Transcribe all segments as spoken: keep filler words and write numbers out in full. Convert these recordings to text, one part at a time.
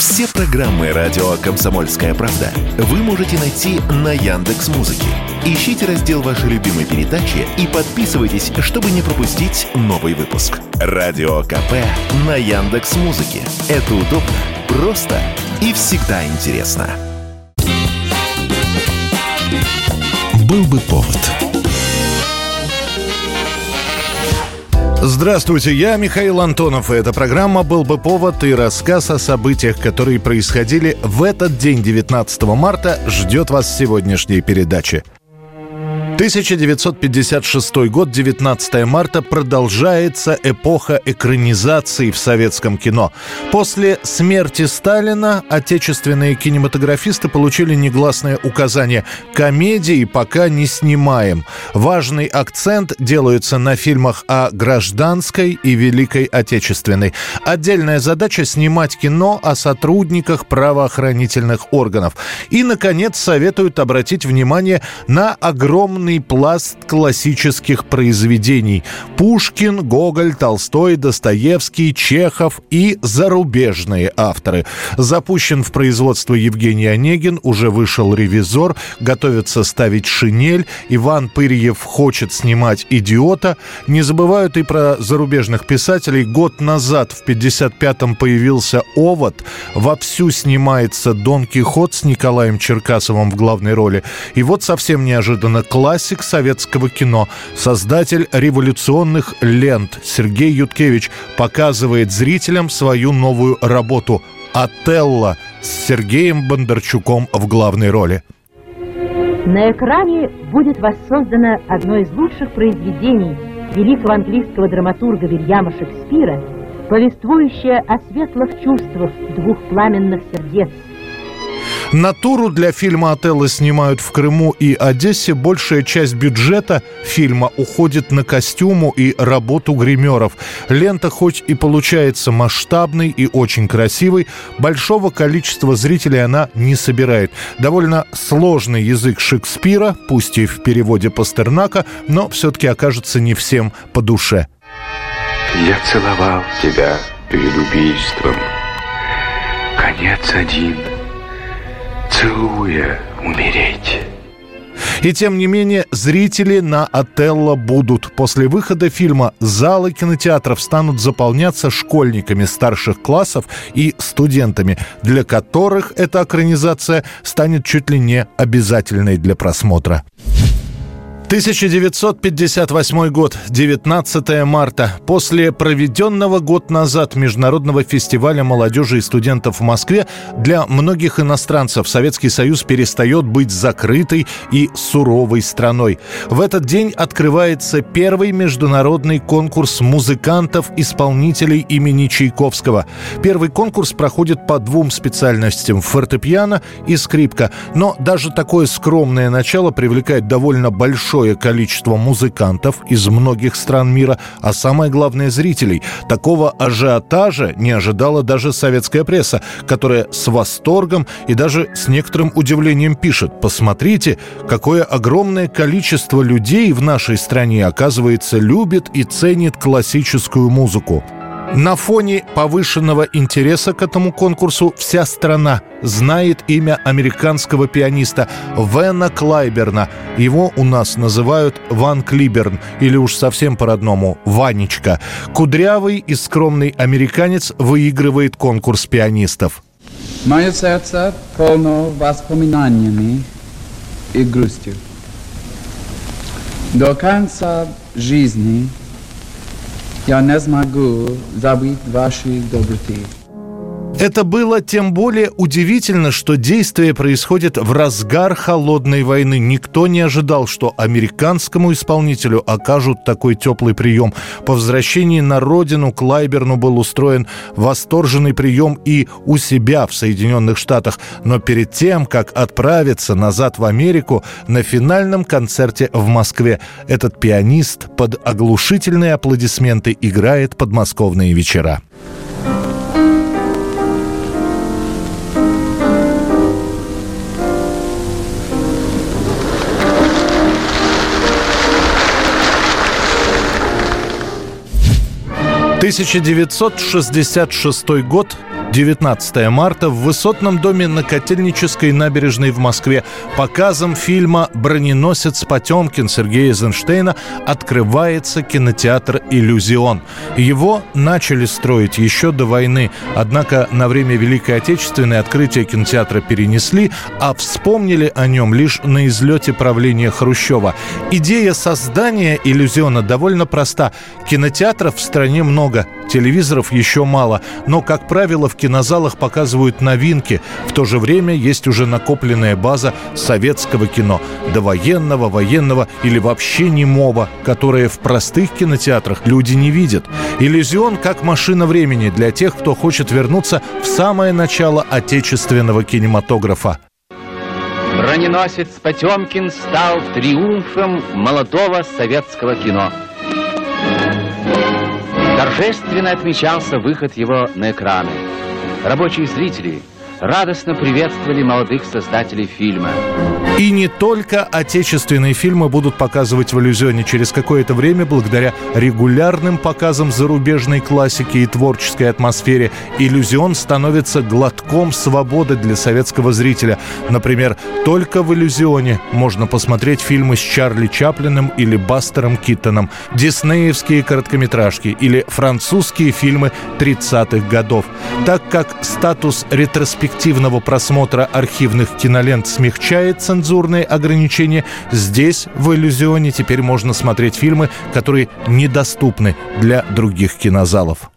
Все программы радио «Комсомольская правда» вы можете найти на Яндекс.Музыке. Ищите раздел вашей любимой передачи и подписывайтесь, чтобы не пропустить новый выпуск. Радио КП на Яндекс.Музыке. Это удобно, просто и всегда интересно. Был бы повод. Здравствуйте, я Михаил Антонов, и эта программа «Был бы повод», и рассказ о событиях, которые происходили в этот день, девятнадцатого марта, ждет вас в сегодняшней передаче. тысяча девятьсот пятьдесят шестой год, девятнадцатого марта, продолжается эпоха экранизации в советском кино. После смерти Сталина отечественные кинематографисты получили негласное указание: комедии пока не снимаем. Важный акцент делается на фильмах о гражданской и Великой Отечественной. Отдельная задача — снимать кино о сотрудниках правоохранительных органов. И, наконец, советуют обратить внимание на огромный пласт классических произведений: Пушкин, Гоголь, Толстой, Достоевский, Чехов и зарубежные авторы. Запущен в производство Евгений Онегин, уже вышел «Ревизор», готовится ставить «Шинель», Иван Пырьев хочет снимать «Идиота». Не забывают и про зарубежных писателей. Год назад, в пятьдесят пятом, появился «Овод», вовсю снимается «Дон Кихот» с Николаем Черкасовым в главной роли. И вот совсем неожиданно классик советского кино, создатель революционных лент Сергей Юткевич показывает зрителям свою новую работу «Отелло» с Сергеем Бондарчуком в главной роли. На экране будет воссоздано одно из лучших произведений великого английского драматурга Вильяма Шекспира, повествующее о светлых чувствах двух пламенных сердец. Натуру для фильма «Отелло» снимают в Крыму и Одессе. Большая часть бюджета фильма уходит на костюму и работу гримеров. Лента хоть и получается масштабной и очень красивой, большого количества зрителей она не собирает. Довольно сложный язык Шекспира, пусть и в переводе Пастернака, но все-таки окажется не всем по душе. Я целовал тебя перед убийством. Конец один. Целуя умереть. И тем не менее, зрители на «Отелло» будут. После выхода фильма залы кинотеатров станут заполняться школьниками старших классов и студентами, для которых эта экранизация станет чуть ли не обязательной для просмотра. тысяча девятьсот пятьдесят восьмой год, девятнадцатого марта. После проведенного год назад Международного фестиваля молодежи и студентов в Москве для многих иностранцев Советский Союз перестает быть закрытой и суровой страной. В этот день открывается первый международный конкурс музыкантов-исполнителей имени Чайковского. Первый конкурс проходит по двум специальностям — фортепиано и скрипка. Но даже такое скромное начало привлекает довольно большое количество музыкантов из многих стран мира, а самое главное — зрителей. Такого ажиотажа не ожидала даже советская пресса, которая с восторгом и даже с некоторым удивлением пишет: посмотрите, какое огромное количество людей в нашей стране, оказывается, любит и ценит классическую музыку. На фоне повышенного интереса к этому конкурсу вся страна знает имя американского пианиста Вена Клайберна. Его у нас называют Ван Клиберн, или уж совсем по-родному Ванечка. Кудрявый и скромный американец выигрывает конкурс пианистов. Мое сердце полно воспоминаниями и грустью. До конца жизни я не смогу забыть ваши доброты. Это было тем более удивительно, что действие происходит в разгар холодной войны. Никто не ожидал, что американскому исполнителю окажут такой теплый прием. По возвращении на родину Клайберну был устроен восторженный прием и у себя в Соединенных Штатах. Но перед тем, как отправиться назад в Америку, на финальном концерте в Москве этот пианист под оглушительные аплодисменты играет подмосковные вечера. тысяча девятьсот шестьдесят шестой год, девятнадцатое марта в Высотном доме на Котельнической набережной в Москве показом фильма «Броненосец Потемкин» Сергея Эйзенштейна открывается кинотеатр «Иллюзион». Его начали строить еще до войны, однако на время Великой Отечественной открытие кинотеатра перенесли, а вспомнили о нем лишь на излете правления Хрущева. Идея создания «Иллюзиона» довольно проста. Кинотеатров в стране много, телевизоров еще мало, но, как правило, в кинозалах показывают новинки. В то же время есть уже накопленная база советского кино, довоенного, военного или вообще немого, которое в простых кинотеатрах люди не видят. «Иллюзион» как машина времени для тех, кто хочет вернуться в самое начало отечественного кинематографа. Броненосец Потемкин стал триумфом молодого советского кино. Торжественно отмечался выход его на экраны. Рабочие зрители радостно приветствовали молодых создателей фильма. И не только отечественные фильмы будут показывать в «Иллюзионе». Через какое-то время, благодаря регулярным показам зарубежной классики и творческой атмосфере, «Иллюзион» становится глотком свободы для советского зрителя. Например, только в «Иллюзионе» можно посмотреть фильмы с Чарли Чаплиным или Бастером Киттоном, диснеевские короткометражки или французские фильмы тридцатых годов. Так как статус ретроспективного просмотра архивных кинолент смягчает цензуру, цензурные ограничения, здесь, в «Иллюзионе», теперь можно смотреть фильмы, которые недоступны для других кинозалов.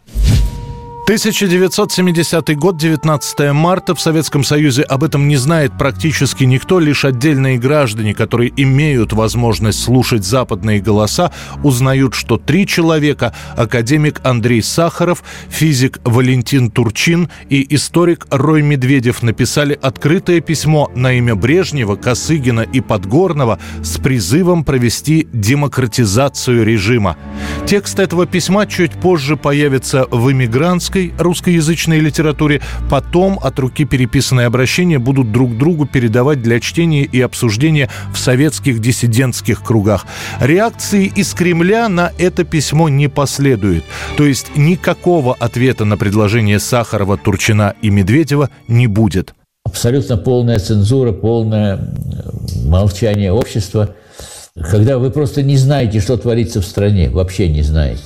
тысяча девятьсот семидесятый год, девятнадцатое марта. В Советском Союзе об этом не знает практически никто. Лишь отдельные граждане, которые имеют возможность слушать западные голоса, узнают, что три человека – академик Андрей Сахаров, физик Валентин Турчин и историк Рой Медведев – написали открытое письмо на имя Брежнева, Косыгина и Подгорного с призывом провести демократизацию режима. Текст этого письма чуть позже появится в «Эмигрантской» русскоязычной литературе. Потом от руки переписанные обращения будут друг другу передавать для чтения и обсуждения в советских диссидентских кругах. Реакции из Кремля на это письмо не последует. То есть никакого ответа на предложение Сахарова, Турчина и Медведева не будет. Абсолютно полная цензура, полное молчание общества, когда вы просто не знаете, что творится в стране, вообще не знаете.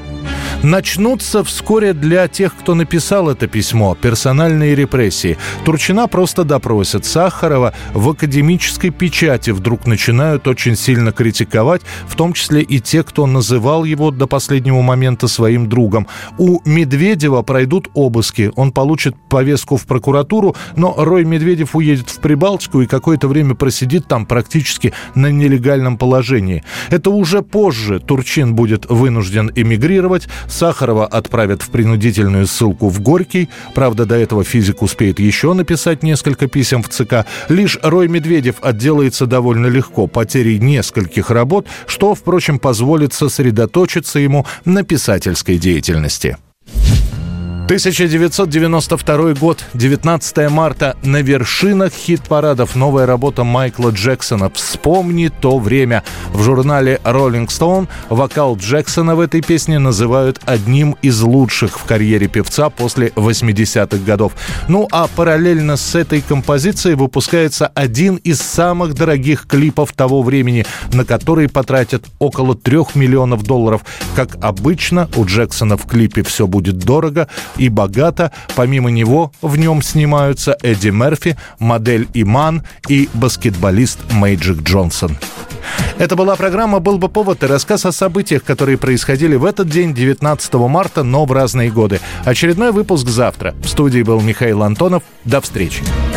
Начнутся вскоре для тех, кто написал это письмо, персональные репрессии. Турчина просто допросят. Сахарова в академической печати вдруг начинают очень сильно критиковать, в том числе и те, кто называл его до последнего момента своим другом. У Медведева пройдут обыски. Он получит повестку в прокуратуру, но Рой Медведев уедет в Прибалтику и какое-то время просидит там практически на нелегальном положении. Это уже позже Турчин будет вынужден эмигрировать. Сахарова отправят в принудительную ссылку в Горький. Правда, до этого физик успеет еще написать несколько писем в ЦК. Лишь Рой Медведев отделается довольно легко потерей нескольких работ, что, впрочем, позволит сосредоточиться ему на писательской деятельности. тысяча девятьсот девяносто второй год, девятнадцатое марта. На вершинах хит-парадов новая работа Майкла Джексона «Вспомни то время». В журнале Rolling Stone вокал Джексона в этой песне называют одним из лучших в карьере певца после восьмидесятых годов. Ну а параллельно с этой композицией выпускается один из самых дорогих клипов того времени, на который потратят около трех миллионов долларов. Как обычно, у Джексона в клипе все будет дорого и богато. Помимо него в нем снимаются Эдди Мерфи, модель Иман и баскетболист Мэйджик Джонсон. Это была программа «Был бы повод» и рассказ о событиях, которые происходили в этот день, девятнадцатого марта, но в разные годы. Очередной выпуск завтра. В студии был Михаил Антонов. До встречи.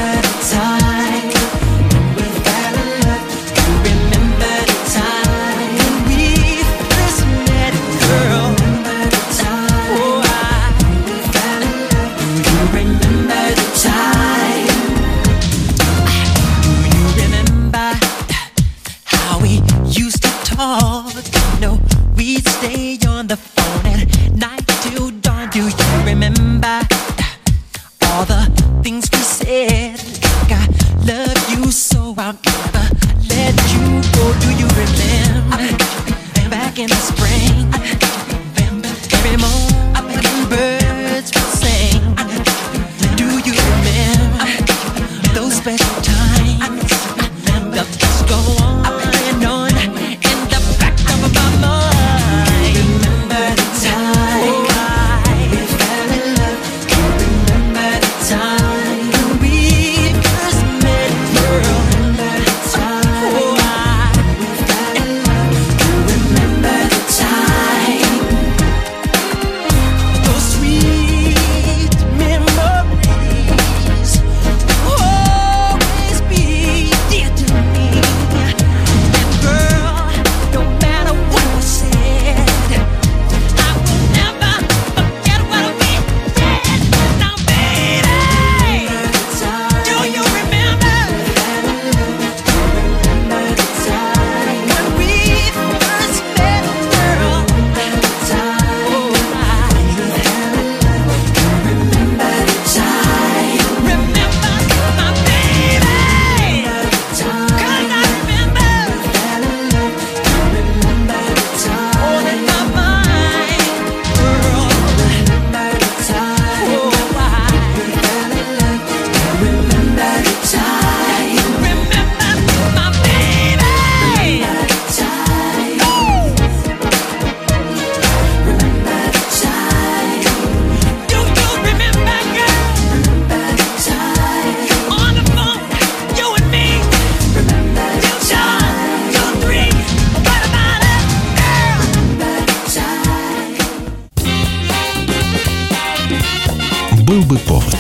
No, we'd stay on the phone at night till dawn. Do you remember all the things we said? Like I love you so I'll never let you go. Do you remember back in the spring? Every morning birds would sing. Был бы повод.